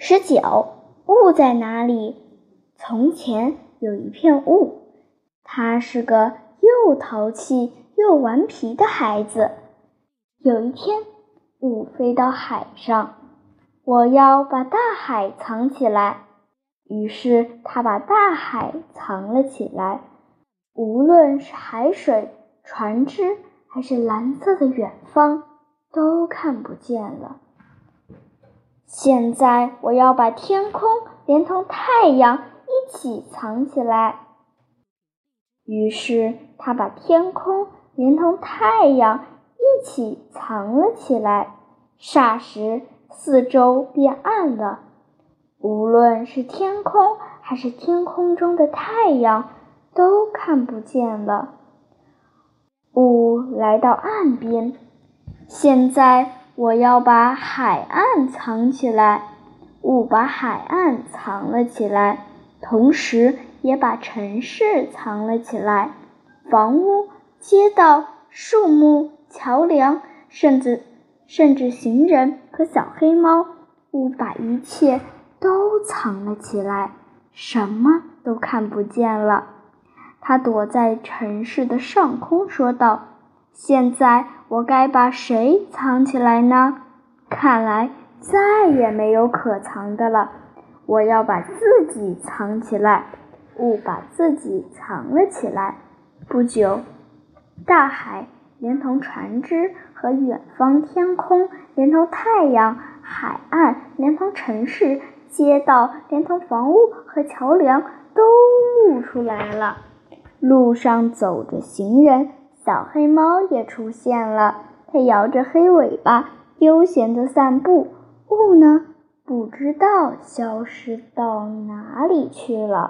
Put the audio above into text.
19. 雾在哪里？从前有一片雾，他是个又淘气又顽皮的孩子。有一天，雾飞到海上，我要把大海藏起来。于是他把大海藏了起来，无论是海水、船只，还是蓝色的远方，都看不见了。现在我要把天空连同太阳一起藏起来。于是他把天空连同太阳一起藏了起来，霎时四周变暗了，无论是天空还是天空中的太阳都看不见了。雾来到岸边，现在我要把海岸藏起来。雾把海岸藏了起来，同时也把城市藏了起来。房屋、街道、树木、桥梁，甚至行人和小黑猫，雾把一切都藏了起来，什么都看不见了。他躲在城市的上空说道：现在我该把谁藏起来呢？看来再也没有可藏的了，我要把自己藏起来。雾把自己藏了起来。不久，大海连同船只和远方天空连同太阳，海岸连同城市，街道连同房屋和桥梁都露出来了。路上走着行人，小黑猫也出现了，它摇着黑尾巴，悠闲地散步。雾呢，不知道消失到哪里去了。